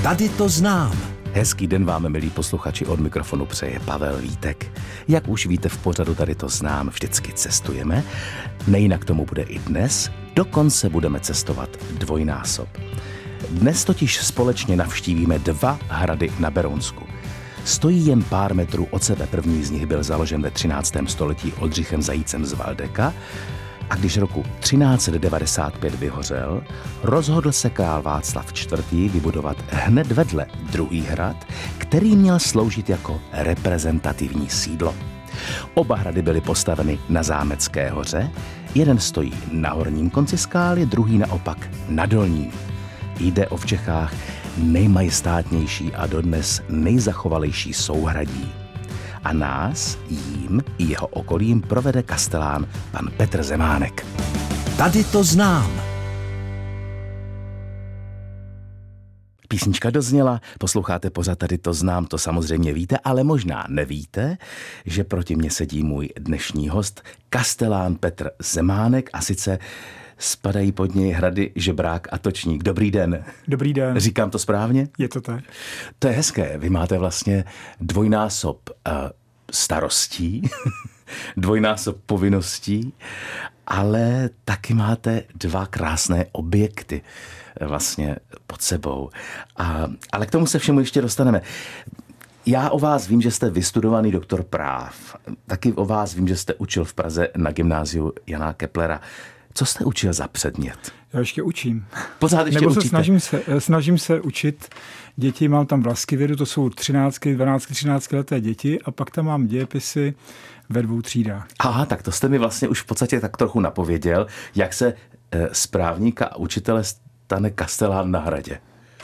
Tady to znám. Hezký den vám, milí posluchači, od mikrofonu přeje Pavel Vítek. Jak už víte, v pořadu Tady to znám vždycky cestujeme. Nejinak tomu bude i dnes, dokonce budeme cestovat dvojnásob. Dnes totiž společně navštívíme 2 hrady na Berounsku. Stojí jen pár metrů od sebe, první z nich byl založen ve 13. století Oldřichem Zajícem z Valdeka, a když roku 1395 vyhořel, rozhodl se král Václav IV. Vybudovat hned vedle druhý hrad, který měl sloužit jako reprezentativní sídlo. Oba hrady byly postaveny na Zámecké hoře, jeden stojí na horním konci skály, druhý naopak na dolním. Jde o v Čechách nejmajestátnější a dodnes nejzachovalejší souhradí. A nás jím i jeho okolím provede kastelán pan Petr Zemánek. Tady to znám. Písnička dozněla, posloucháte pořád Tady to znám, to samozřejmě víte, ale možná nevíte, že proti mně sedí můj dnešní host, kastelán Petr Zemánek, a sice spadají pod něj hrady Žebrák a Točník. Dobrý den. Dobrý den. Říkám to správně? Je to tak. To je hezké. Vy máte vlastně dvojnásob starostí, dvojnásob povinností, ale taky máte 2 krásné objekty vlastně pod sebou. Ale k tomu se všemu ještě dostaneme. Já o vás vím, že jste vystudovaný doktor práv. Taky o vás vím, že jste učil v Praze na gymnáziu Jana Keplera. Co jste učil za předmět? Já ještě učím. Pořád ještě Nebo učíte? snažím se učit děti. Mám tam Vlastivědu, to jsou 13 leté děti, a pak tam mám dějepisy ve 2 třídách. Aha, tak to jste mi vlastně už v podstatě tak trochu napověděl, jak se z právníka a učitele stane kastelán na hradě.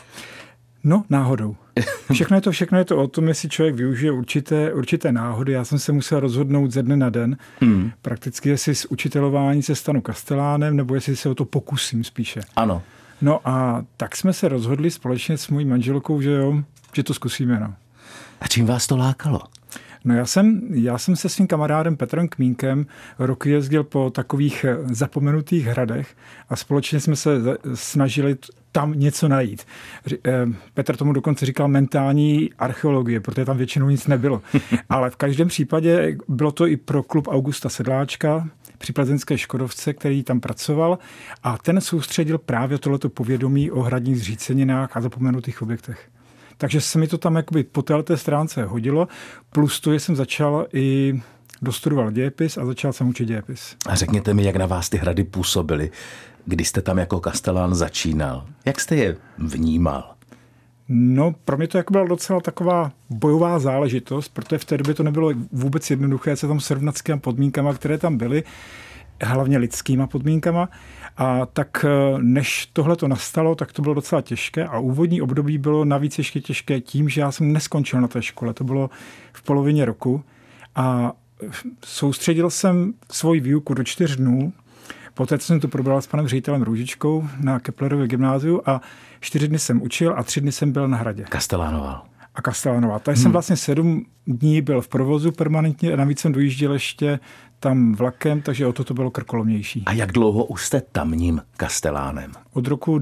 No, náhodou. Všechno je to o tom, jestli člověk využije určité náhody. Já jsem se musel rozhodnout ze dne na den. Prakticky, jestli z učitelování se stanu kastelánem, nebo jestli se o to pokusím spíše. Ano. No a tak jsme se rozhodli společně s mojí manželkou, že to zkusíme. No. A čím vás to lákalo? No já jsem se svým kamarádem Petrem Kmínkem roky jezdil po takových zapomenutých hradech a společně jsme se snažili tam něco najít. Petr tomu dokonce říkal mentální archeologie, protože tam většinou nic nebylo. Ale v každém případě bylo to i pro klub Augusta Sedláčka při plzeňské Škodovce, který tam pracoval, a ten soustředil právě tohleto povědomí o hradních zříceninách a zapomenutých objektech. Takže se mi to tam jakoby po této stránce hodilo, plus to, že jsem začal i dostudoval dějepis a začal jsem učit dějepis. A řekněte mi, jak na vás ty hrady působily, když jste tam jako kastelán začínal. Jak jste je vnímal? No, pro mě to jako byla docela taková bojová záležitost, protože v té době to nebylo vůbec jednoduché se tam srovnat s těmi podmínkama, které tam byly, hlavně lidskýma podmínkama. A tak než tohle to nastalo, tak to bylo docela těžké, a úvodní období bylo navíc ještě těžké tím, že já jsem neskončil na té škole. To bylo v polovině roku a soustředil jsem svoji výuku do 4 dnů. Poté, co jsem to probral s panem ředitelem Růžičkou na Keplerově gymnáziu, a 4 dny jsem učil a 3 dny jsem byl na hradě. Kastelánoval. A kastelánoval. Takže jsem vlastně 7 dní byl v provozu permanentně a navíc jsem dojížděl ještě tam vlakem, takže o to bylo krkolomnější. A jak dlouho už jste tamním kastelánem? Od roku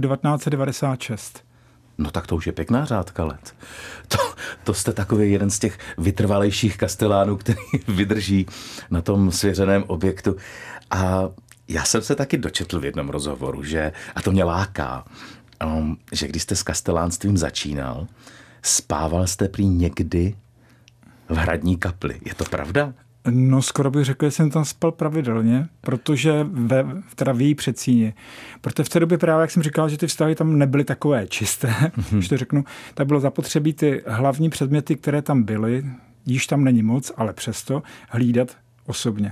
1996. No tak to už je pěkná řádka let. To jste takový jeden z těch vytrvalejších kastelánů, který vydrží na tom svěřeném objektu. A já jsem se taky dočetl v jednom rozhovoru, a to mě láká, že když jste s kastelánstvím začínal, spával jste prý někdy v hradní kapli. Je to pravda? No, skoro bych řekl, že jsem tam spal pravidelně, protože v její předsíni. Protože v té době právě, jak jsem říkal, že ty vztahy tam nebyly takové čisté, když to řeknu, tak bylo zapotřebí ty hlavní předměty, které tam byly, již tam není moc, ale přesto hlídat osobně.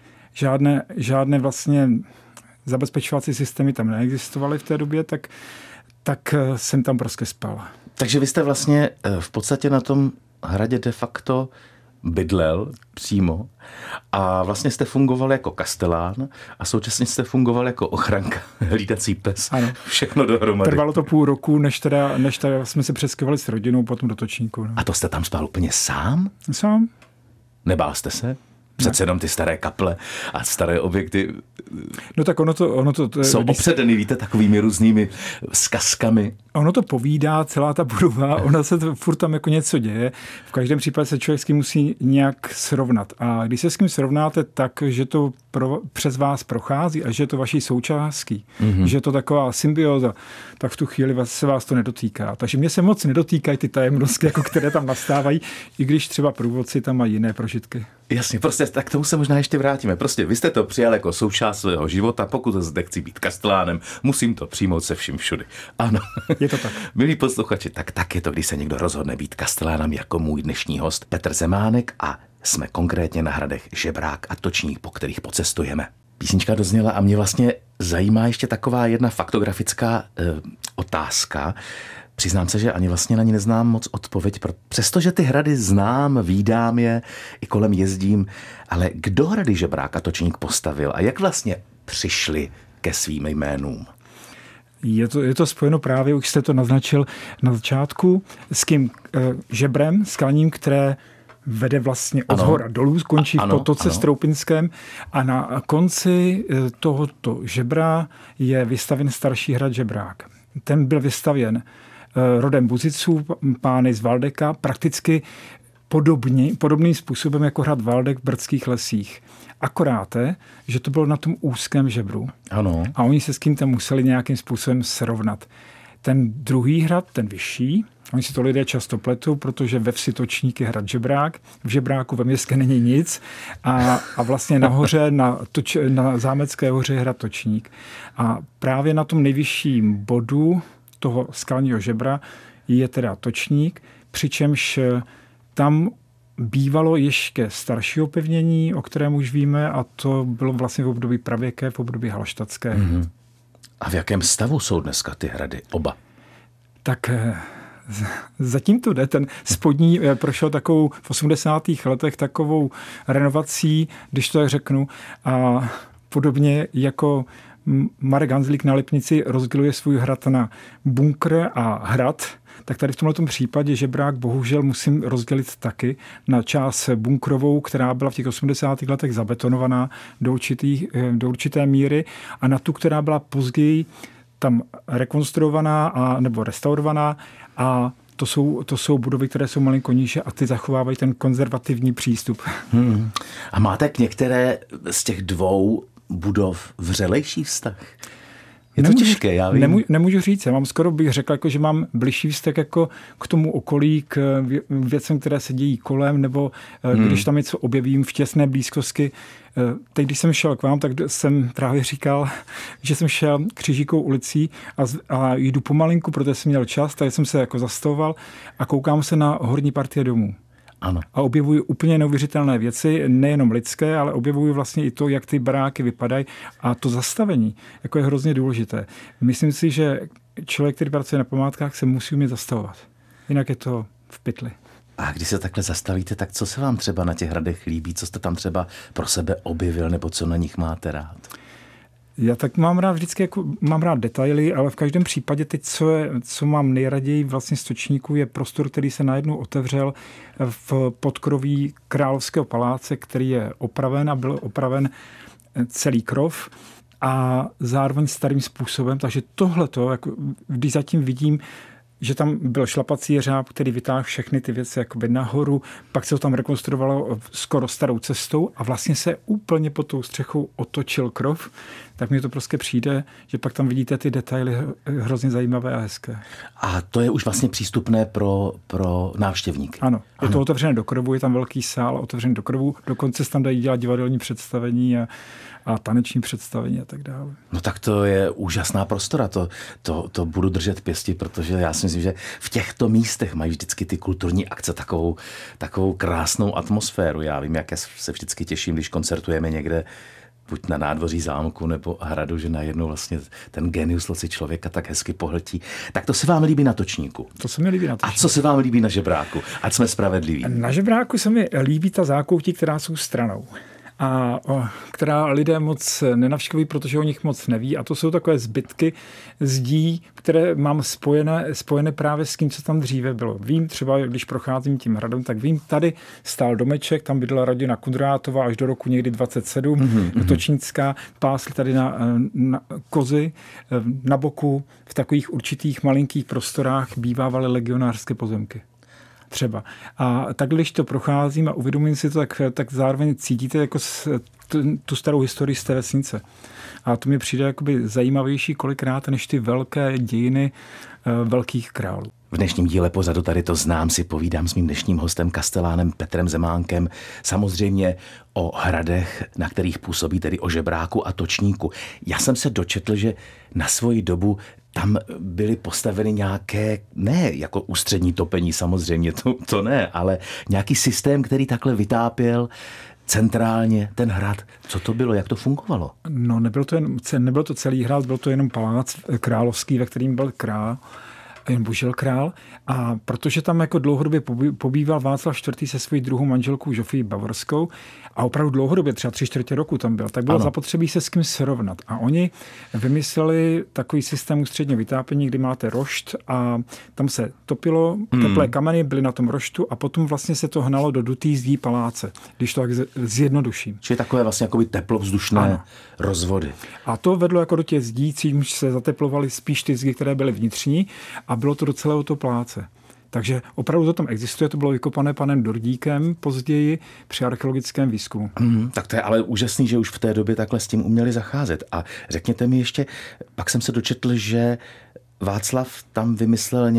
Žádné vlastně zabezpečovací systémy tam neexistovaly v té době, tak jsem tam prostě spal. Takže vy jste vlastně v podstatě na tom hradě de facto bydlel přímo a vlastně jste fungoval jako kastelán a současně jste fungoval jako ochranka, hlídací pes. Ano. Všechno dohromady. Trvalo to půl roku, než jsme se přeskyvali s rodinou potom do Točníku. No. A to jste tam spal úplně sám? Sám. Nebál jste se? Přece jenom ty staré kaple a staré objekty no tak ono to jsou obsedený, víte, takovými různými zkazkami. Ono to povídá, celá ta budova, ona se furt tam jako něco děje. V každém případě se člověk s tím musí nějak srovnat. A když se s tím srovnáte tak, že to přes vás prochází a že je to vaší součástí, že je to taková symbioza, tak v tu chvíli se vás to nedotýká. Takže mě se moc nedotýkají ty tajemnosti, jako které tam nastávají, i když třeba průvodci tam mají jiné prožitky. Jasně, prostě tak k tomu se možná ještě vrátíme. Prostě vy jste to přijal jako součást svého života, pokud zde chci být kastelánem, musím to přijmout se vším všudy. Ano. Je to tak. Milí posluchači, tak je to, když se někdo rozhodne být kastelánem jako můj dnešní host Petr Zemánek a jsme konkrétně na hradech Žebrák a Točník, po kterých pocestujeme. Písnička dozněla a mě vlastně zajímá ještě taková jedna faktografická otázka. Přiznám se, že ani vlastně na ní neznám moc odpověď, přestože ty hrady znám, vídám je, i kolem jezdím, ale kdo hrady Žebrák a Točník postavil a jak vlastně přišli ke svým jménům? Je to spojeno právě, už jste to naznačil na začátku, s tím žebrem skalním, které vede vlastně od hora dolů, končí v potoce Stroupinském a na konci tohoto žebra je vystavěn starší hrad Žebrák. Ten byl vystavěn rodem Buziců, pány z Valdeka, prakticky podobným způsobem jako hrad Valdek v Brdských lesích. Akorát, že to bylo na tom úzkém žebru. Ano. A oni se s tím tam museli nějakým způsobem srovnat. Ten druhý hrad, ten vyšší, oni si to lidé často pletou, protože ve vsi Točník je hrad Žebrák, v Žebráku ve Městské není nic a vlastně nahoře, na Zámecké hoře je hrad Točník. A právě na tom nejvyšším bodu toho skalního žebra je teda Točník, přičemž tam bývalo ještě starší opevnění, o kterém už víme, a to bylo vlastně v období pravěké, v období halštatské. Mm-hmm. A v jakém stavu jsou dneska ty hrady oba? Tak zatím to jde. Ten spodní prošel takovou v 80. letech takovou renovací, když to tak řeknu, a podobně jako Marek Hanzlík na Lipnici rozděluje svůj hrad na bunkr a hrad, tak tady v tomto případě Žebrák bohužel musím rozdělit taky na část bunkrovou, která byla v těch 80. letech zabetonovaná do určité míry, a na tu, která byla později tam rekonstruovaná nebo restaurovaná, a to jsou budovy, které jsou malinko níže a ty zachovávají ten konzervativní přístup. A máte k některé z těch dvou budov vřelejší vztah? Je to těžké, já vím. Nemůžu říct, já mám skoro bych řekl, jako, že mám bližší vztah jako k tomu okolí, k věcem, které se dějí kolem, nebo když tam něco objevím v těsné blízkosti. Teď, když jsem šel k vám, tak jsem právě říkal, že jsem šel Křížíkovou ulicí a jdu pomalinku, protože jsem měl čas, tak jsem se jako zastavoval a koukám se na horní partie domů. Ano. A objevuju úplně neuvěřitelné věci, nejenom lidské, ale objevuju vlastně i to, jak ty baráky vypadají, a to zastavení jako je hrozně důležité. Myslím si, že člověk, který pracuje na památkách, se musí umět zastavovat. Jinak je to v pytli. A když se takhle zastavíte, tak co se vám třeba na těch hradech líbí? Co jste tam třeba pro sebe objevil, nebo co na nich máte rád? Já tak mám rád vždycky, mám rád detaily, ale v každém případě teď, co mám nejraději vlastně z Točníku, je prostor, který se najednou otevřel v podkroví Královského paláce, který je opraven a byl opraven celý krov a zároveň starým způsobem. Takže tohleto, když zatím vidím, že tam byl šlapací jeřáb, který vytáhl všechny ty věci jakoby nahoru, pak se to tam rekonstruovalo skoro starou cestou a vlastně se úplně pod tou střechou otočil krov, tak mi to prostě přijde, že pak tam vidíte ty detaily hrozně zajímavé a hezké. A to je už vlastně přístupné pro návštěvníky. Ano, je to otevřené do krovu, je tam velký sál otevřený do krovu, dokonce se tam dají dělat divadelní představení a taneční představení a tak dále. No tak to je úžasná prostora, to budu držet pěsti, protože já si myslím, že v těchto místech mají vždycky ty kulturní akce takovou krásnou atmosféru. Já vím, jak se vždycky těším, když koncertujeme někde buď na nádvoří zámku nebo hradu, že najednou vlastně ten genius loci člověka tak hezky pohltí. Tak to se vám líbí na Točníku? To se mi líbí na Točníku. A co se vám líbí na Žebráku? Ať jsme spravedliví. Na Žebráku se mi líbí ta zákoutí, která jsou stranou. která lidé moc nenavštěvují, protože o nich moc neví. A to jsou takové zbytky zdí, které mám spojené právě s tím, co tam dříve bylo. Vím třeba, když procházím tím hradem, tak vím, tady stál domeček, tam bydlela rodina Kudrátová až do roku někdy 27, Točnická, pásli tady na kozy, na boku v takových určitých malinkých prostorách bývávaly legionářské pozemky. Třeba. A tak, když to procházím a uvědomím si to, tak zároveň cítíte jako tu starou historii z té vesnice. A to mi přijde jakoby zajímavější kolikrát než ty velké dějiny velkých králů. V dnešním díle pořadu Tady to znám si povídám s mým dnešním hostem kastelánem Petrem Zemánkem. Samozřejmě o hradech, na kterých působí, tedy o Žebráku a Točníku. Já jsem se dočetl, že na svoji dobu tam byly postaveny nějaké, ne jako ústřední topení samozřejmě, to ne, ale nějaký systém, který takhle vytápěl centrálně ten hrad. Co to bylo? Jak to fungovalo? No, nebylo to celý hrad, byl to jenom palác královský, ve kterým byl král, božil král. A protože tam jako dlouhodobě pobýval Václav IV. Se svojí druhou manželkou Žofii Bavorskou a opravdu dlouhodobě, třeba 3/4 roku tam byl, tak bylo zapotřebí se s kým srovnat. A oni vymysleli takový systém ústředního vytápění, kdy máte rošt a tam se topilo, teplé kameny byly na tom roštu a potom vlastně se to hnalo do dutý zdí paláce, když to tak zjednoduším. Čili takové vlastně jakoby teplovzdušné rozvody. A to vedlo jako do těch zdí, čímž se zateplovaly spíš ty zdi, které byly vnitřní a bylo to do celého toho paláce. Takže opravdu to tam existuje, to bylo vykopané panem Dordíkem později při archeologickém výzkumu. Tak to je ale úžasný, že už v té době takhle s tím uměli zacházet. A řekněte mi ještě, pak jsem se dočetl, že Václav tam vymyslel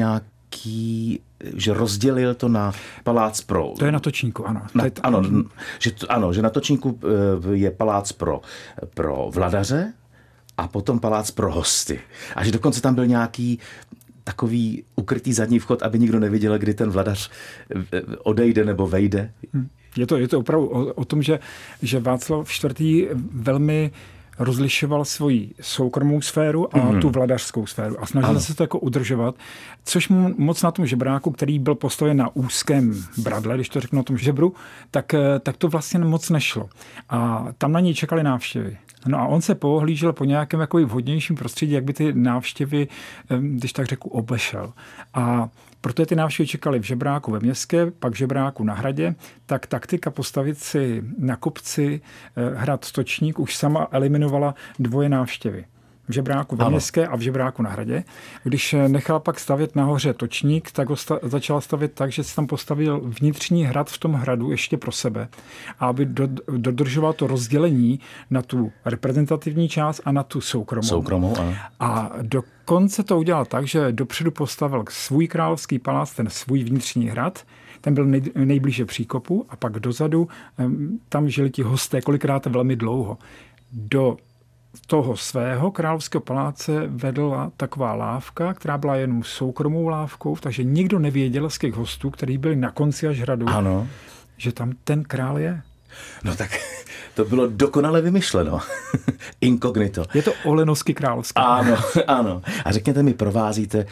že rozdělil to na palác pro... To je na Točníku, ano. Že na Točníku je palác pro vladaře a potom palác pro hosty. A že dokonce tam byl nějaký takový ukrytý zadní vchod, aby nikdo neviděl, kdy ten vladař odejde nebo vejde. Je to opravdu o tom, že Václav IV. Velmi rozlišoval svoji soukromou sféru a tu vladařskou sféru. A snažil se to jako udržovat, což mu moc na tom žebráku, který byl postaven na úzkém bradle, když to řeknu o tom žebru, tak to vlastně moc nešlo. A tam na něj čekali návštěvy. No a on se pohlížel po nějakém jako vhodnějším prostředí, jak by ty návštěvy, když tak řeknu, obešel. A protože ty návštěvy čekali v žebráku ve městské, pak v žebráku na hradě, tak taktika postavit si na kopci hrad Točník už sama eliminovala dvoje návštěvy. V žebráku ve městské a v žebráku na hradě. Když nechal pak stavět nahoře Točník, tak ho začal stavět tak, že se tam postavil vnitřní hrad v tom hradu ještě pro sebe. A aby dodržoval to rozdělení na tu reprezentativní část a na tu soukromou. A dokonce to udělal tak, že dopředu postavil svůj královský palác, ten svůj vnitřní hrad, ten byl nejblíže příkopu a pak dozadu tam žili ti hosté, kolikrát velmi dlouho. Do toho svého královského paláce vedla taková lávka, která byla jenom soukromou lávkou, takže nikdo nevěděl z těch hostů, kteří byli na konci až hradu, že tam ten král je. No tak to bylo dokonale vymyšleno. Inkognito. Je to olenovský královský. Ano. A řekněte mi, provázíte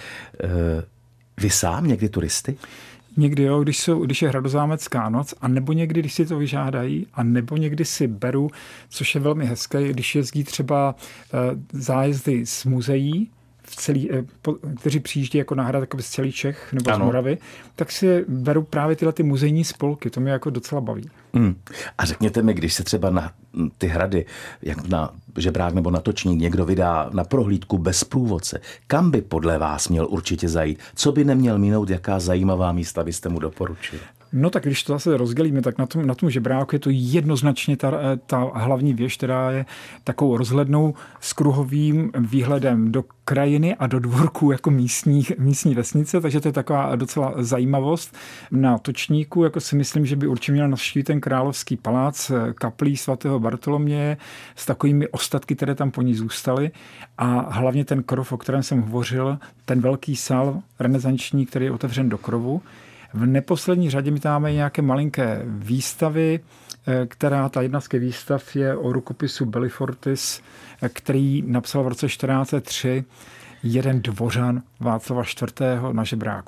vy sám někdy turisty? Někdy jo, když je hradozámecká noc, a nebo někdy, když si to vyžádají, a nebo někdy si beru, což je velmi hezké, když jezdí třeba zájezdy z muzeí, kteří přijíždí jako na hrad z celých Čech nebo z Moravy, tak si beru právě tyhle ty muzejní spolky. To mě jako docela baví. A řekněte mi, když se třeba na ty hrady, jak na Žebrák nebo na Točník, někdo vydá na prohlídku bez průvodce, kam by podle vás měl určitě zajít? Co by neměl minout, jaká zajímavá místa byste mu doporučili? No tak když to zase rozdělíme, tak na tom Žebráku je to jednoznačně ta hlavní věž, která je takovou rozhlednou s kruhovým výhledem do krajiny a do dvorků jako místní vesnice, takže to je taková docela zajímavost. Na Točníku jako si myslím, že by určitě měl navštívit ten královský palác kaplí svatého Bartoloměje s takovými ostatky, které tam po ní zůstaly, a hlavně ten krov, o kterém jsem hovořil, ten velký sál renesanční, který je otevřen do krovu. V neposlední řadě my tam máme nějaké malinké výstavy, ta jedna z těch výstav je o rukopisu Bellifortis, který napsal v roce 1403 jeden dvořan Václava IV. Na Žebráku.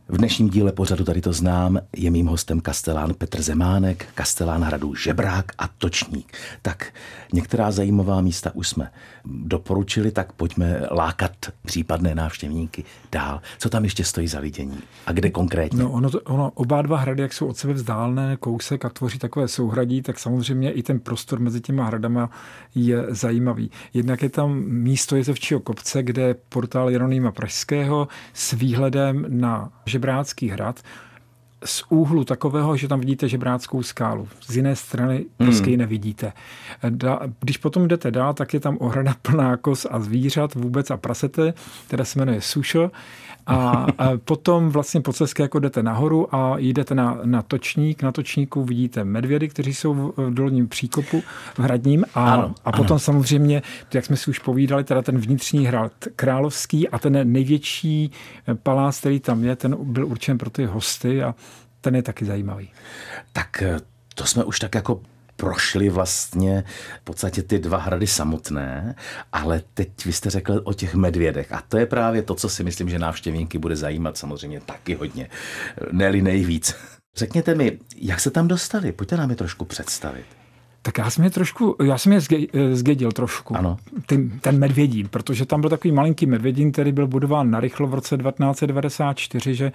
V dnešním díle pořadu Tady to znám je mým hostem kastelán Petr Zemánek, kastelán hradu Žebrák a Točník. Tak některá zajímavá místa už jsme doporučili, tak pojďme lákat případné návštěvníky dál. Co tam ještě stojí za vidění a kde konkrétně? No ono oba dva hrady, jak jsou od sebe vzdálené kousek a tvoří takové souhradí, tak samozřejmě i ten prostor mezi těma hradama je zajímavý. Jednak je tam místo Jezevčího kopce, kde je portál Jeronýma Pražského s výhledem na Žebrácký hrad z úhlu takového, že tam vidíte Žebráckou skálu. Z jiné strany prostě ji nevidíte. Když potom jdete dál, tak je tam ohrada plná koz a zvířat vůbec a prasete, která se jmenuje Sušo. A potom vlastně po cestě jako jdete nahoru a jdete na Točník. Na Točníku vidíte medvědy, kteří jsou v dolním příkopu v hradním. A potom samozřejmě, jak jsme si už povídali, teda ten vnitřní hrad Královský a ten největší palác, který tam je, ten byl určen pro ty hosty a ten je taky zajímavý. Tak to jsme už tak jako prošli vlastně v podstatě ty dva hrady samotné, ale teď vy jste řekl o těch medvědech a to je právě to, co si myslím, že návštěvníky bude zajímat samozřejmě taky hodně, ne-li nejvíc. Řekněte mi, jak se tam dostali? Pojďte nám je trošku představit. Tak já jsem je zdědil trošku. Ano. Ten medvědín, protože tam byl takový malinký medvědín, který byl budován narychlo v roce 1994, že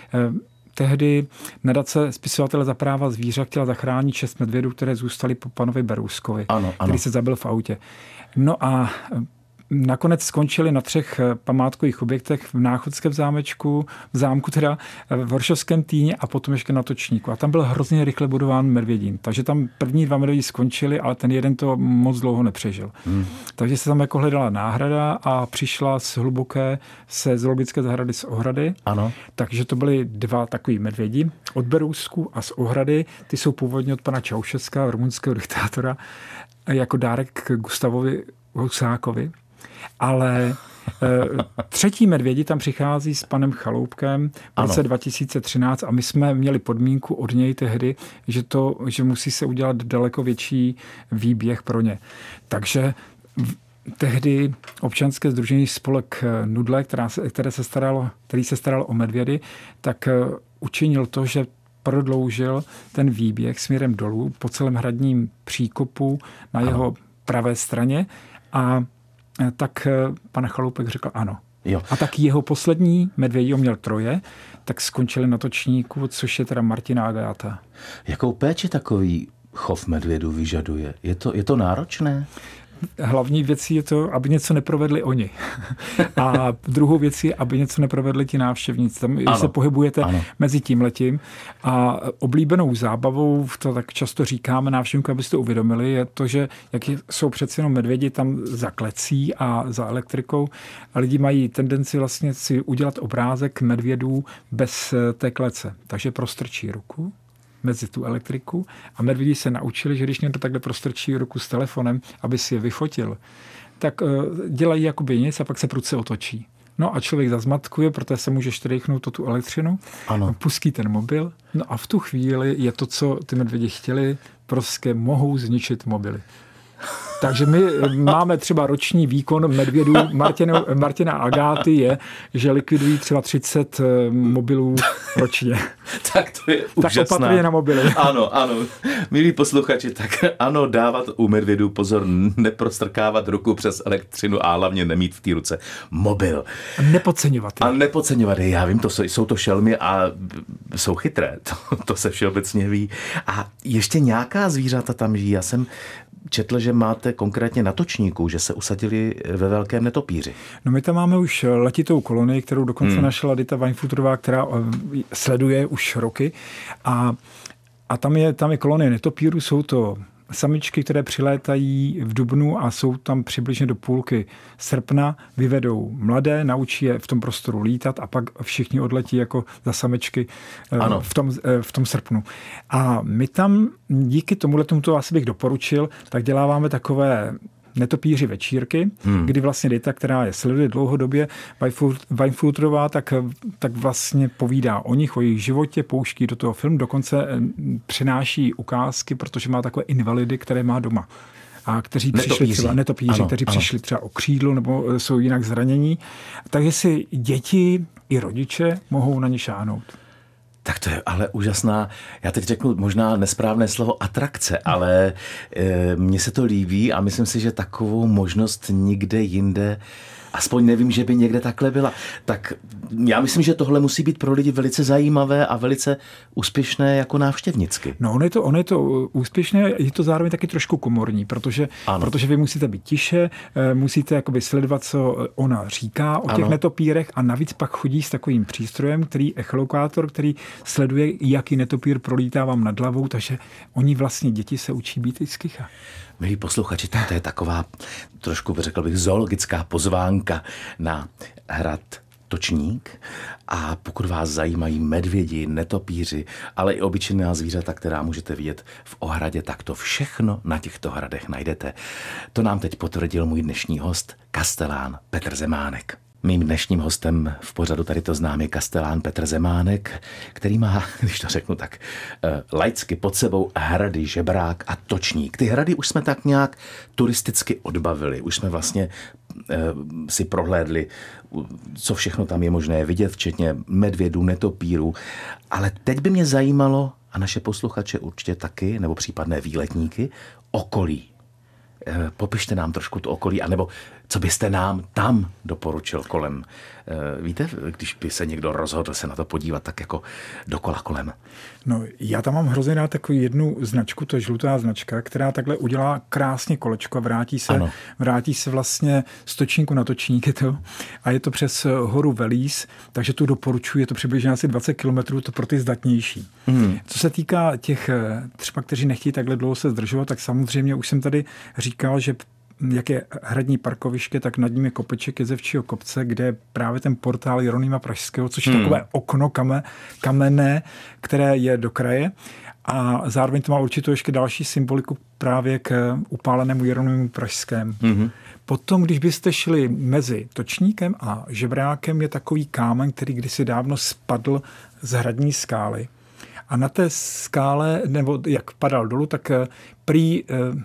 tehdy nadace spisovatele za práva zvířat chtěla zachránit 6 medvědů, které zůstaly po panovi Berouskovi, který se zabil v autě. No a nakonec skončili na 3 památkových objektech v Náchodském zámku teda v Horšovském Týně a potom ještě na Točníku. A tam byl hrozně rychle budován medvědín. Takže tam první 2 medvědi skončili, ale ten jeden to moc dlouho nepřežil. Takže se tam jako hledala náhrada a přišla z hluboké se zoologické zahrady z Ohrady. Ano. Takže to byly 2 takový medvědi od Berousku a z Ohrady. Ty jsou původně od pana Čaušeska, rumunského diktátora, jako dárek k Gustavovi Husákovi. Ale 3. medvědi tam přichází s panem Chaloupkem v roce 2013 a my jsme měli podmínku od něj tehdy, že musí se udělat daleko větší výběh pro ně. Takže tehdy občanské sdružení Spolek Nudle, který se staralo o medvědy, tak učinil to, že prodloužil ten výběh směrem dolů po celém hradním příkopu na jeho pravé straně a tak pan Chaloupek řekl ano. Jo. A tak jeho poslední medvědí, on měl 3, tak skončili na Točníku, což je teda Martina Agáta. Jakou péči takový chov medvědů vyžaduje? Je to náročné? Hlavní věcí je to, aby něco neprovedli oni. A druhou věcí je, aby něco neprovedli ti návštěvníci. Tam se pohybujete mezi tímhletím. A oblíbenou zábavou, to tak často říkáme návštěvníkům, abyste to uvědomili, je to, že jak jsou přeci jenom medvědi tam za klecí a za elektrikou, a lidi mají tendenci vlastně si udělat obrázek medvědů bez té klece. Takže prostrčí ruku mezi tu elektriku a medvědi se naučili, že když někdo takhle prostrčí ruku s telefonem, aby si je vyfotil, tak dělají jakoby nic a pak se prudce otočí. No a člověk zazmatkuje, protože se může štrejchnout tu elektřinu, pustí ten mobil, no a v tu chvíli je to, co ty medvědi chtěli, prostě mohou zničit mobily. Takže my máme třeba roční výkon medvědů Martina Agáty je, že likvidují třeba 30 mobilů ročně. Tak to je úžasná. Tak opatrně na mobily. Ano. Milí posluchači, tak ano, dávat u medvědů pozor, neprostrkávat ruku přes elektřinu a hlavně nemít v té ruce mobil. A nepodceňovat je. Já vím, jsou to šelmy a jsou chytré. To se všeobecně ví. A ještě nějaká zvířata tam žijí. Já jsem četl, že máte konkrétně na Točníku, že se usadili ve velkém netopíři. No my tam máme už letitou kolonii, kterou dokonce našla Dita Weinfuterová, která sleduje už roky. A tam je kolonie netopírů, jsou to samičky, které přilétají v dubnu a jsou tam přibližně do půlky srpna, vyvedou mladé, naučí je v tom prostoru lítat a pak všichni odletí jako za samičky v tom srpnu. A my tam díky tomuhletomu, to asi bych doporučil, tak děláváme takové netopíři večírky, kdy vlastně Dita, která je sleduje dlouhodobě, Weinfuterová, tak vlastně povídá o nich, o jejich životě, pouští do toho film, dokonce přináší ukázky, protože má takové invalidy, které má doma. A kteří přišli třeba netopíři, kteří přišli třeba o křídlo nebo jsou jinak zranění. Takže si děti i rodiče mohou na ně šáhnout. Tak to je ale úžasná, já teď řeknu možná nesprávné slovo atrakce, ale mně se to líbí a myslím si, že takovou možnost nikde jinde, aspoň nevím, že by někde takhle byla. Tak já myslím, že tohle musí být pro lidi velice zajímavé a velice úspěšné jako návštěvnicky. No, ono je to úspěšné, je to zároveň taky trošku komorní, protože vy musíte být tiše, musíte jakoby sledovat, co ona říká o těch netopírech a navíc pak chodí s takovým přístrojem, echolokátor, který sleduje, jaký netopír prolítá vám nad hlavou, takže oni vlastně děti se učí být i zkycha. Milí posluchači, to je taková trošku, řekl bych, zoologická pozvánka na hrad Točník. A pokud vás zajímají medvědi, netopíři, ale i obyčejná zvířata, která můžete vidět v ohradě, tak to všechno na těchto hradech najdete. To nám teď potvrdil můj dnešní host, kastelán Petr Zemánek. Mým dnešním hostem v pořadu Tady to znám je kastelán Petr Zemánek, který má, když to řeknu tak, laicky pod sebou hrady Žebrák a Točník. Ty hrady už jsme tak nějak turisticky odbavili, už jsme vlastně si prohlédli, co všechno tam je možné vidět, včetně medvědů, netopírů. Ale teď by mě zajímalo, a naše posluchače určitě taky, nebo případné výletníky, okolí. Popište nám trošku to okolí, anebo co byste nám tam doporučil kolem. Víte, když by se někdo rozhodl se na to podívat tak jako dokola kolem. No, já tam mám hrozně rád takovou jednu značku, to je žlutá značka, která takhle udělá krásně kolečko a vrátí se vlastně z Točníku na Točník a je to přes horu Velís, takže tu doporučuji, je to přibližně asi 20 kilometrů, to pro ty zdatnější. Co se týká těch třeba, kteří nechtějí takhle dlouho se zdržovat, tak samozřejmě už jsem tady říkal, že jak je hradní parkoviště, tak nad ním je kopeček Jezevčího kopce, kde je právě ten portál Jeronýma Pražského, což je takové okno kamenné, které je do kraje. A zároveň to má určitou ještě další symboliku právě k upálenému Jeronýmu Pražskému. Potom, když byste šli mezi Točníkem a Žebrákem, je takový kámen, který kdysi dávno spadl z hradní skály. A na té skále, nebo jak padal dolů, tak prý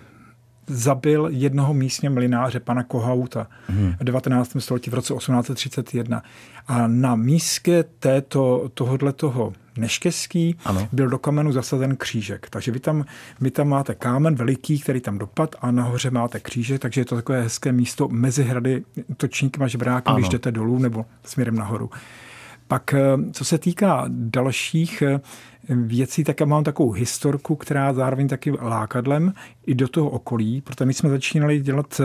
zabil jednoho místního mlynáře, pana Kohauta, v 19. století v roce 1831. A na místě tohoto neštěstí byl do kamenu zasazen křížek. Takže vy tam máte kámen veliký, který tam dopad a nahoře máte křížek, takže je to takové hezké místo mezi hrady Točníkem a Žebrákem, když jdete dolů nebo směrem nahoru. Pak, co se týká dalších věcí, tak já mám takovou historku, která zároveň taky lákadlem i do toho okolí, protože my jsme začínali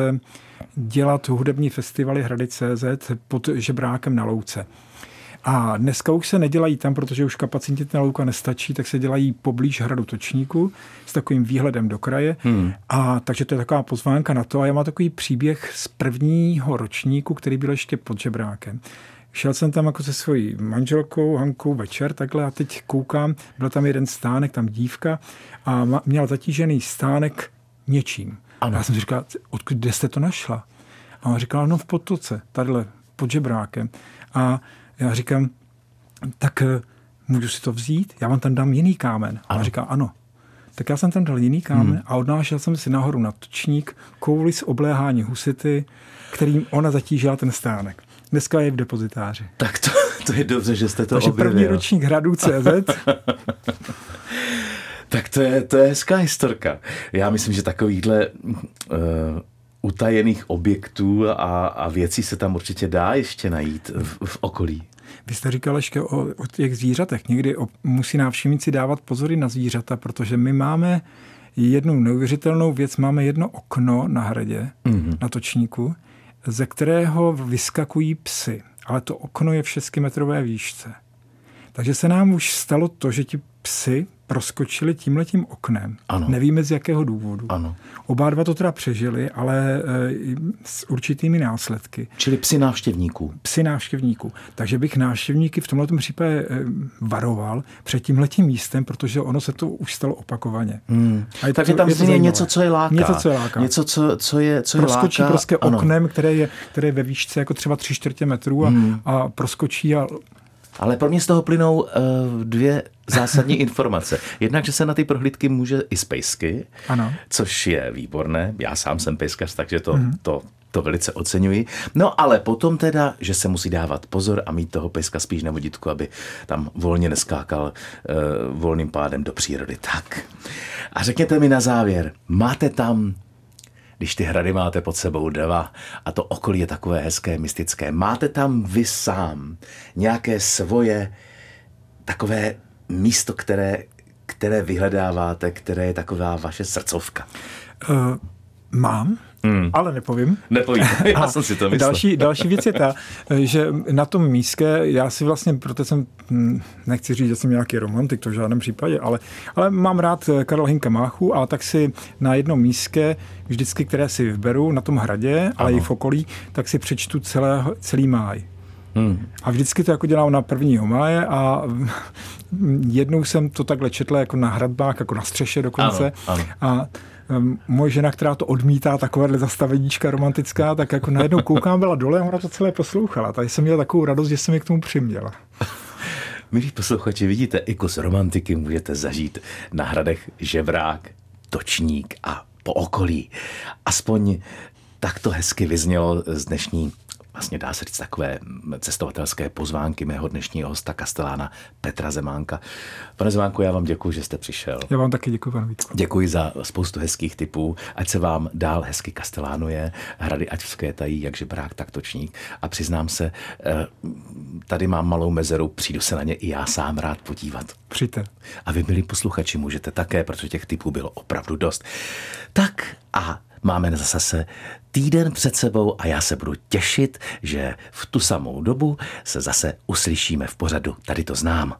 dělat hudební festivaly Hrady CZ pod Žebrákem na Louce. A dneska už se nedělají tam, protože už kapacitně louka nestačí, tak se dělají poblíž hradu Točníku s takovým výhledem do kraje. A takže to je taková pozvánka na to. A já mám takový příběh z prvního ročníku, který byl ještě pod Žebrákem. Šel jsem tam jako se svojí manželkou Hankou večer takhle a teď koukám, byl tam jeden stánek, tam dívka a měla zatížený stánek něčím. A já jsem si říkal, kde jste to našla? A ona říkala, no v Potoce, tadyhle pod Žebrákem. A já říkám, tak můžu si to vzít? Já vám tam dám jiný kámen. A ona říká, ano. Tak já jsem tam dal jiný kámen a odnášel jsem si nahoru na Točník kouli z obléhání husity, kterým ona zatížila ten stánek. Dneska je v depozitáři. Tak to je dobře, že jste to Takže objevil. první ročník Hradů CZ. Tak to je hezká historka. Já myslím, že takovýchhle utajených objektů a věcí se tam určitě dá ještě najít v okolí. Vy jste říkal ještě o těch zvířatech. Někdy musí návštěvníci dávat pozory na zvířata, protože my máme jednu neuvěřitelnou věc. Máme jedno okno na hradě, na Točníku, ze kterého vyskakují psy. Ale to okno je v 6metrové výšce. Takže se nám už stalo to, že ti psy proskočili tímhletím oknem. Ano. Nevíme z jakého důvodu. Ano. Oba dva to teda přežili, ale s určitými následky. Čili psy návštěvníků. Psy návštěvníků. Takže bych návštěvníky v tomto případě varoval před tímhletím místem, protože ono se to už stalo opakovaně. Takže tam je něco, co je láká. Něco, co je proskočí láká. Prostě oknem, které je ve výšce jako třeba 3/4 metru a proskočí a... Ale pro mě z toho plynou dvě zásadní informace. Jednak, že se na ty prohlídky může i z pejsky, což je výborné. Já sám jsem pejskař, takže to to velice oceňuji. No ale potom teda, že se musí dávat pozor a mít toho pejska spíš na vodítku, aby tam volně neskákal volným pádem do přírody. Tak. A řekněte mi na závěr, máte tam, když ty hrady máte pod sebou 2 a to okolí je takové hezké, mystické, máte tam vy sám nějaké svoje takové místo, které vyhledáváte, které je taková vaše srdcovka? Mám, ale nepovím. Nepovím, já jsem si to myslel. Další věc je ta, že na tom místě, já si vlastně, proto jsem, nechci říct, že jsem nějaký romantik, to v žádném případě, ale mám rád Karla Hynka Máchu a tak si na jednom místě, vždycky, které si vyberu na tom hradě, ale i v okolí, tak si přečtu celý máj. A vždycky to jako dělám na 1. máje a jednou jsem to takhle četl jako na hradbách, jako na střeše dokonce. Ano. A moje žena, která to odmítá, takovéhle zastaveníčka romantická, tak jako najednou koukám, byla dole a ona to celé poslouchala. Tady jsem měl takovou radost, že jsem je k tomu přiměla. Milí posluchači, vidíte, i kus romantiky můžete zažít na hradech Ževrák, Točník a po okolí. Aspoň tak to hezky vyznělo z dnešní, vlastně dá se říct, takové cestovatelské pozvánky mého dnešního hosta kastelána Petra Zemánka. Pane Zemánku, já vám děkuji, že jste přišel. Já vám taky děkuji, pane Vítku. Děkuji za spoustu hezkých tipů, ať se vám dál hezky kastelánuje, hrady ať vzkvétají, jak Žebrák, tak Točník. A přiznám se, tady mám malou mezeru, přijdu se na ně i já sám rád podívat. Přijďte. A vy, milí posluchači, můžete také, protože těch tipů bylo opravdu dost. Tak a máme zase týden před sebou a já se budu těšit, že v tu samou dobu se zase uslyšíme v pořadu Tady to znám.